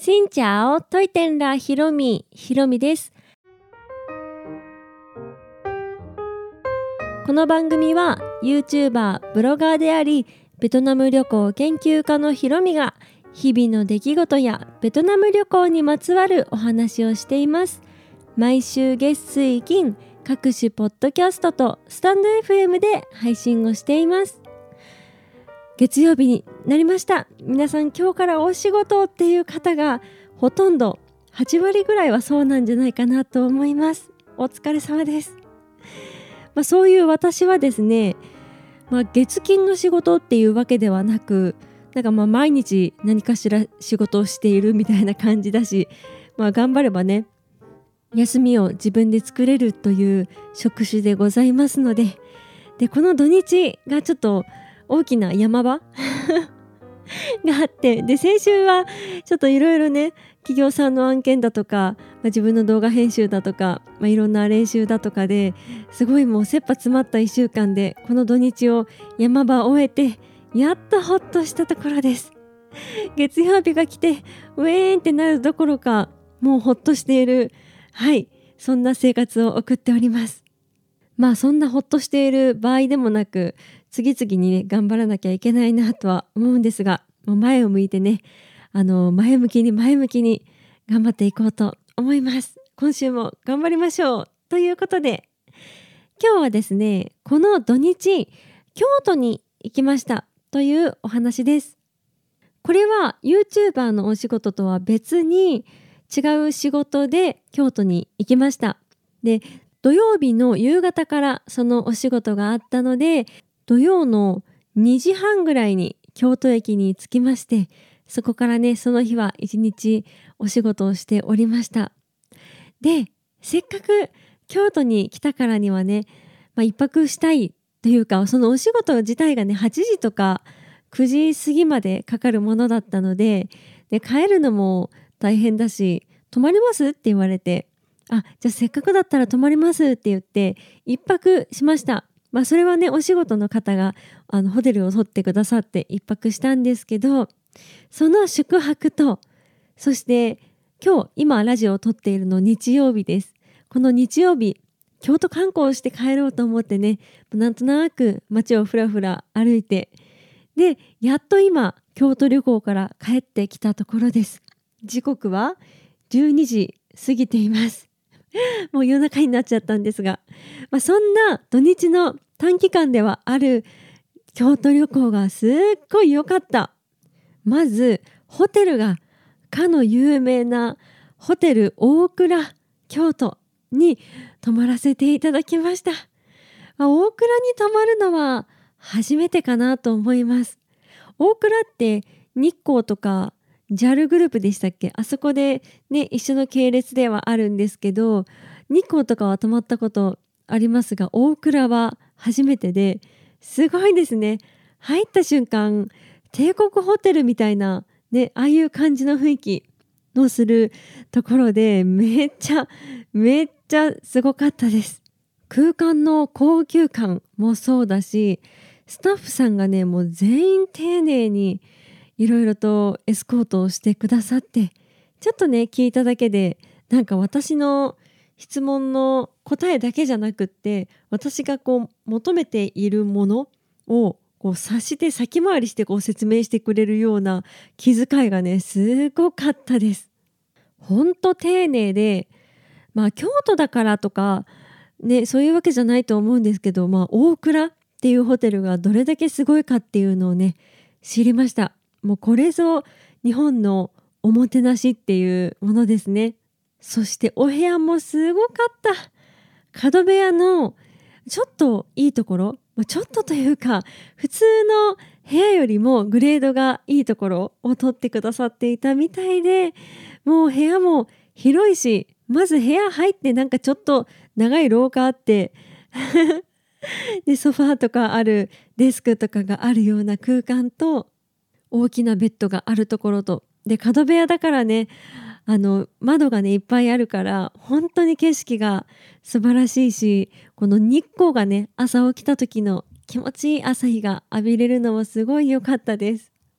しんちゃお、トイテンラひろみです。この番組は YouTuber、ブロガーであり、ベトナム旅行研究家のひろみが日々の出来事やベトナム旅行にまつわるお話をしています。毎週月水金、各種ポッドキャストとスタンド FM で配信をしています。月曜日になりました。皆さん今日からお仕事っていう方がほとんど8割ぐらいはそうなんじゃないかなと思います。お疲れ様です。そういう私はですね、月金の仕事っていうわけではなく、毎日何かしら仕事をしているみたいな感じだし、頑張ればね、休みを自分で作れるという職種でございますので、この土日がちょっと大きな山場があって、先週はちょっといろいろね、企業さんの案件だとか、自分の動画編集だとか、いろんな練習だとかですごいもう切羽詰まった1週間で、この土日を山場を終えてやっとほっとしたところです。月曜日が来てウェーンってなるどころか、もうほっとしている、そんな生活を送っております。そんなほっとしている場合でもなく、次々にね頑張らなきゃいけないなとは思うんですが、もう前を向いてね、前向きに頑張っていこうと思います。今週も頑張りましょうということで、今日はですね、この土日京都に行きましたというお話です。これは YouTuber のお仕事とは別に違う仕事で京都に行きました。で、土曜日の夕方からそのお仕事があったので、土曜の2時半ぐらいに京都駅に着きまして、そこからね、その日は一日お仕事をしておりました。で、せっかく京都に来たからにはね、一泊したいというか、そのお仕事自体がね、8時とか9時過ぎまでかかるものだったので、帰るのも大変だし、泊まりますって言われて、じゃあせっかくだったら泊まりますって言って一泊しました。それはね、お仕事の方がホテルを取ってくださって一泊したんですけど、その宿泊と、そして今ラジオを撮っているの日曜日です。この日曜日、京都観光して帰ろうと思ってね、なんとなく街をふらふら歩いて、でやっと今京都旅行から帰ってきたところです。時刻は12時過ぎています。もう夜中になっちゃったんですが、そんな土日の短期間ではある京都旅行がすっごい良かった。まずホテルがかの有名なホテル大倉京都に泊まらせていただきました。大倉に泊まるのは初めてかなと思います。大倉って日光とかJAL グループでしたっけ、あそこでね一緒の系列ではあるんですけど、日光とかは泊まったことありますが、大倉は初めてですごいですね。入った瞬間帝国ホテルみたいなね、ああいう感じの雰囲気のするところで、めっちゃすごかったです。空間の高級感もそうだし、スタッフさんがねもう全員丁寧にいろいろとエスコートをしてくださって、ちょっとね聞いただけで私の質問の答えだけじゃなくって、私が求めているものを察して先回りして説明してくれるような気遣いがねすごかったです。ほんと丁寧で、京都だからとかね、そういうわけじゃないと思うんですけど、大倉っていうホテルがどれだけすごいかっていうのをね知りました。もうこれぞ日本のおもてなしっていうものですね。そしてお部屋もすごかった。角部屋のちょっといいところ、ちょっとというか普通の部屋よりもグレードがいいところを取ってくださっていたみたいで、もう部屋も広いし、まず部屋入ってちょっと長い廊下あってでソファーとかある、デスクとかがあるような空間と、大きなベッドがあるところと、で角部屋だからね、窓がねいっぱいあるから本当に景色が素晴らしいし、この日光がね朝起きた時の気持ちいい朝日が浴びれるのもすごい良かったです。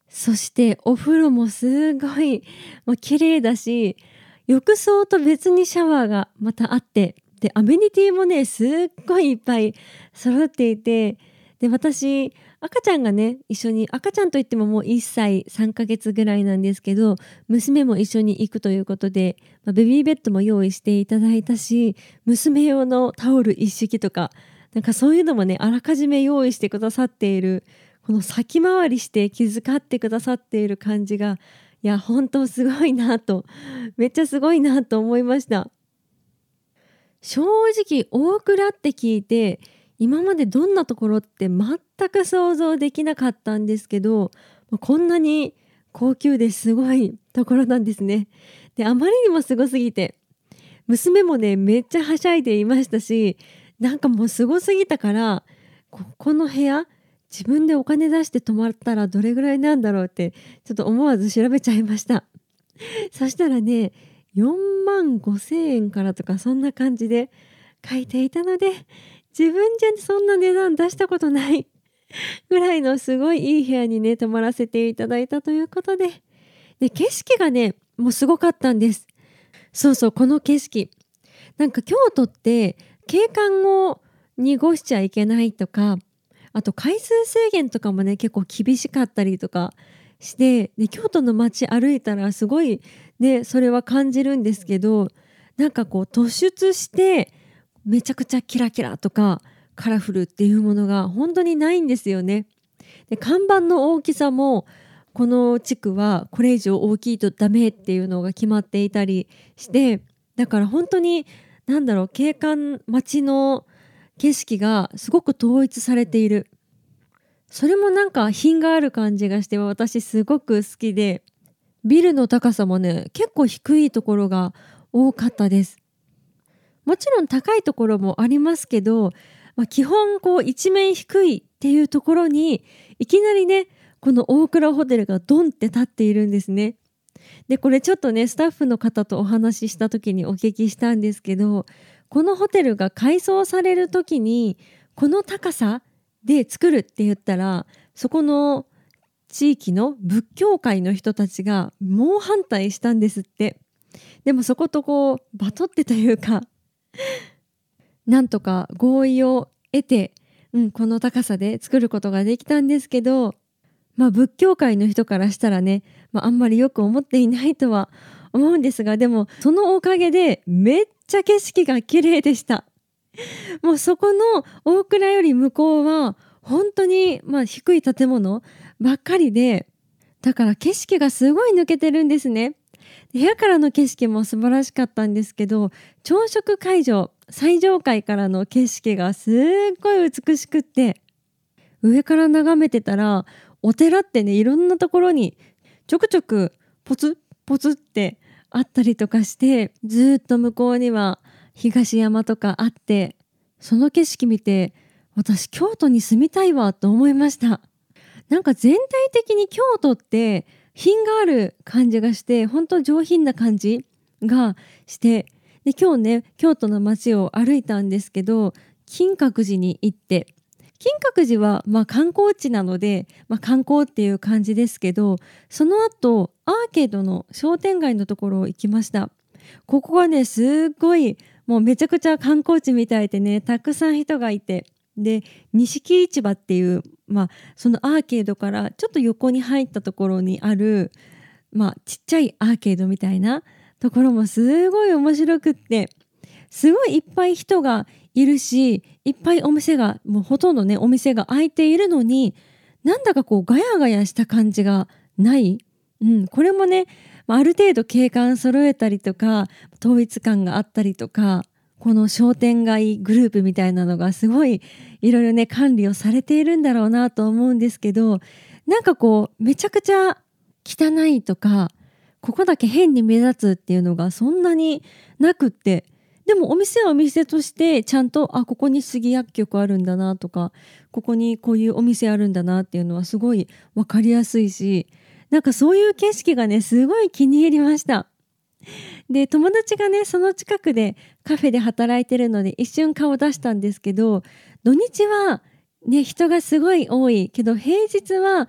そしてお風呂もすごいもう綺麗だし、浴槽と別にシャワーがまたあって、でアメニティもねすっごいいっぱい揃っていて、で私赤ちゃんがね一緒に、赤ちゃんといってももう1歳3ヶ月ぐらいなんですけど、娘も一緒に行くということで、ベビーベッドも用意していただいたし、娘用のタオル一式とか、なんかそういうのもねあらかじめ用意してくださっている、この先回りして気遣ってくださっている感じが、いや本当すごいなと、めっちゃすごいなと思いました。正直大蔵って聞いて、今までどんなところって全く想像できなかったんですけど、こんなに高級ですごいところなんですね。であまりにもすごすぎて、娘もねめっちゃはしゃいでいましたし、なんかもうすごすぎたから、ここの部屋自分でお金出して泊まったらどれぐらいなんだろうってちょっと思わず調べちゃいました。そしたらね、4万5千円からとかそんな感じで書いていたので、自分じゃそんな値段出したことないぐらいのすごいいい部屋にね泊まらせていただいたということで、で景色がねもうすごかったんです。そうそう、この景色、なんか京都って景観を濁しちゃいけないとか、あと回数制限とかもね結構厳しかったりとかして、で京都の街歩いたらすごいねそれは感じるんですけど、なんかこう突出してめちゃくちゃキラキラとかカラフルっていうものが本当にないんですよね。で看板の大きさも、この地区はこれ以上大きいとダメっていうのが決まっていたりして、だから本当になんだろう、景観、街の景色がすごく統一されている、それもなんか品がある感じがして私すごく好きで、ビルの高さもね結構低いところが多かったです。もちろん高いところもありますけど、基本こう一面低いっていうところにいきなりねこの大倉ホテルがドンって立っているんですね。でこれちょっとねスタッフの方とお話しした時にお聞きしたんですけど、このホテルが改装される時にこの高さで作るって言ったら、そこの地域の仏教界の人たちが猛反対したんですって。でもそことこうバトってというか、なんとか合意を得て、この高さで作ることができたんですけど、仏教界の人からしたらね、あんまりよく思っていないとは思うんですが、でもそのおかげでめっちゃ景色が綺麗でした。もうそこの大倉より向こうは本当に低い建物ばっかりで、だから景色がすごい抜けてるんですね。部屋からの景色も素晴らしかったんですけど、朝食会場最上階からの景色がすっごい美しくって、上から眺めてたらお寺ってねいろんなところにちょくちょくポツポツってあったりとかして、ずっと向こうには東山とかあって、その景色見て私京都に住みたいわと思いました。なんか全体的に京都って品がある感じがして、本当上品な感じがして、で今日ね京都の街を歩いたんですけど、金閣寺に行って、金閣寺は観光地なので、観光っていう感じですけど、その後アーケードの商店街のところ行きました。ここはねすっごいもうめちゃくちゃ観光地みたいでね、たくさん人がいて、で錦市場っていう、そのアーケードからちょっと横に入ったところにある、ちっちゃいアーケードみたいなところもすごい面白くって、すごいいっぱい人がいるし、いっぱいお店がもうほとんどねお店が開いているのに、なんだかこうガヤガヤした感じがない、これもね、ある程度景観揃えたりとか統一感があったりとか、この商店街グループみたいなのがすごいいろいろね管理をされているんだろうなと思うんですけど、なんかこうめちゃくちゃ汚いとか、ここだけ変に目立つっていうのがそんなになくって、でもお店はお店としてちゃんとここに杉薬局あるんだなとか、ここにこういうお店あるんだなっていうのはすごい分かりやすいし、なんかそういう景色がねすごい気に入りました。で友達がねその近くでカフェで働いてるので一瞬顔出したんですけど、土日はね人がすごい多いけど平日は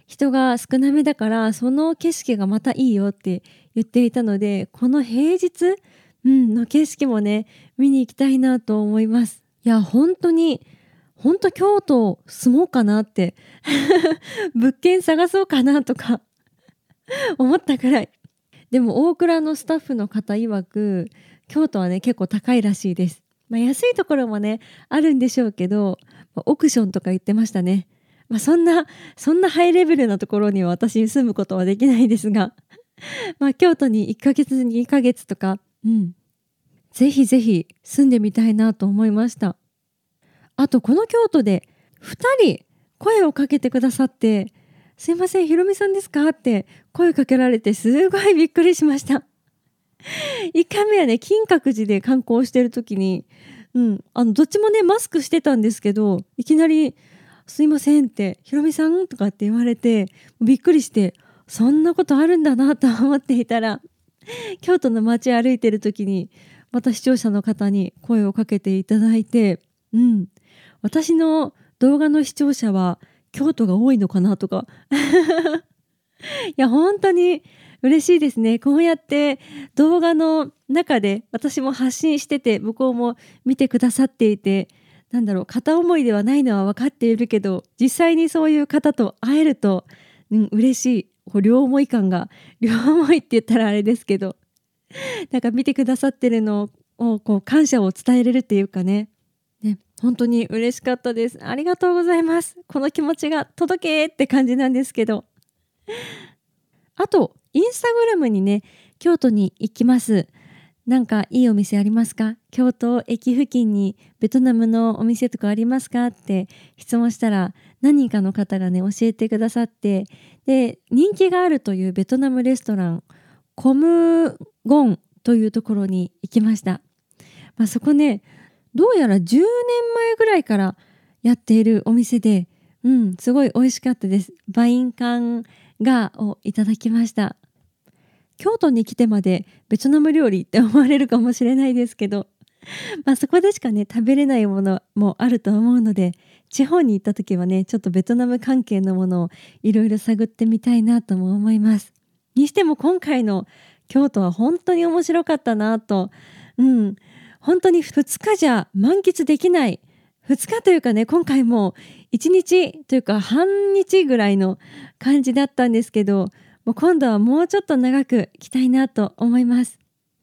人が少なめだからその景色がまたいいよって言っていたので、この平日、の景色もね見に行きたいなと思います。いや本当に京都住もうかなって物件探そうかなとか思ったくらい。でも大倉のスタッフの方曰く京都はね結構高いらしいです。安いところもねあるんでしょうけど、オクションとか言ってましたね。そんなハイレベルなところには私に住むことはできないですが京都に1ヶ月2ヶ月とか、ぜひぜひ住んでみたいなと思いました。あとこの京都で2人声をかけてくださって、すいませんひろみさんですかって声かけられてすごいびっくりしました。1回目はね金閣寺で観光してる時に、どっちもねマスクしてたんですけど、いきなりすいませんってひろみさんとかって言われてびっくりして、そんなことあるんだなと思っていたら、京都の街歩いてる時にまた視聴者の方に声をかけていただいて、私の動画の視聴者は京都が多いのかなとかいや本当に嬉しいですね。こうやって動画の中で私も発信してて、向こうも見てくださっていて、片思いではないのは分かっているけど、実際にそういう方と会えると、嬉しい。両思い感が、両思いって言ったらあれですけど、見てくださってるのを感謝を伝えれるっていうかね、本当に嬉しかったです。ありがとうございます。この気持ちが届けって感じなんですけど、あとインスタグラムにね京都に行きます。いいお店ありますか？京都駅付近にベトナムのお店とかありますかって質問したら、何人かの方がね教えてくださって、で人気があるというベトナムレストランコムゴンというところに行きました。そこねどうやら10年前ぐらいからやっているお店で、すごい美味しかったです。バインカンガーをいただきました。京都に来てまでベトナム料理って思われるかもしれないですけど、そこでしかね食べれないものもあると思うので、地方に行った時はねちょっとベトナム関係のものをいろいろ探ってみたいなとも思います。にしても今回の京都は本当に面白かったなと、本当に2日じゃ満喫できない、2日というかね今回も1日というか半日ぐらいの感じだったんですけど、もう今度はもうちょっと長く来たいなと思います。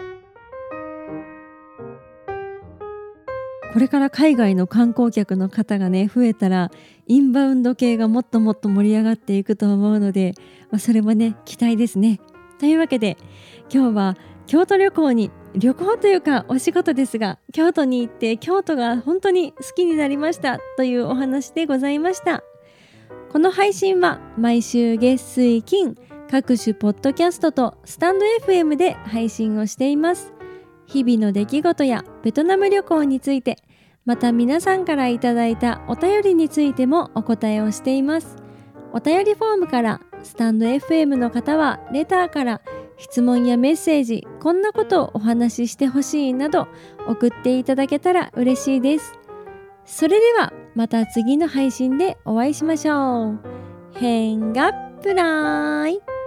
これから海外の観光客の方がね増えたら、インバウンド系がもっともっと盛り上がっていくと思うので、それもね期待ですね。というわけで今日は京都旅行というかお仕事ですが、京都に行って京都が本当に好きになりましたというお話でございました。この配信は毎週月水金各種ポッドキャストとスタンド FM で配信をしています。日々の出来事やベトナム旅行について、また皆さんからいただいたお便りについてもお答えをしています。お便りフォームから、スタンド FM の方はレターから質問やメッセージ、こんなことをお話ししてほしいなど送っていただけたら嬉しいです。それではまた次の配信でお会いしましょう。変がプライ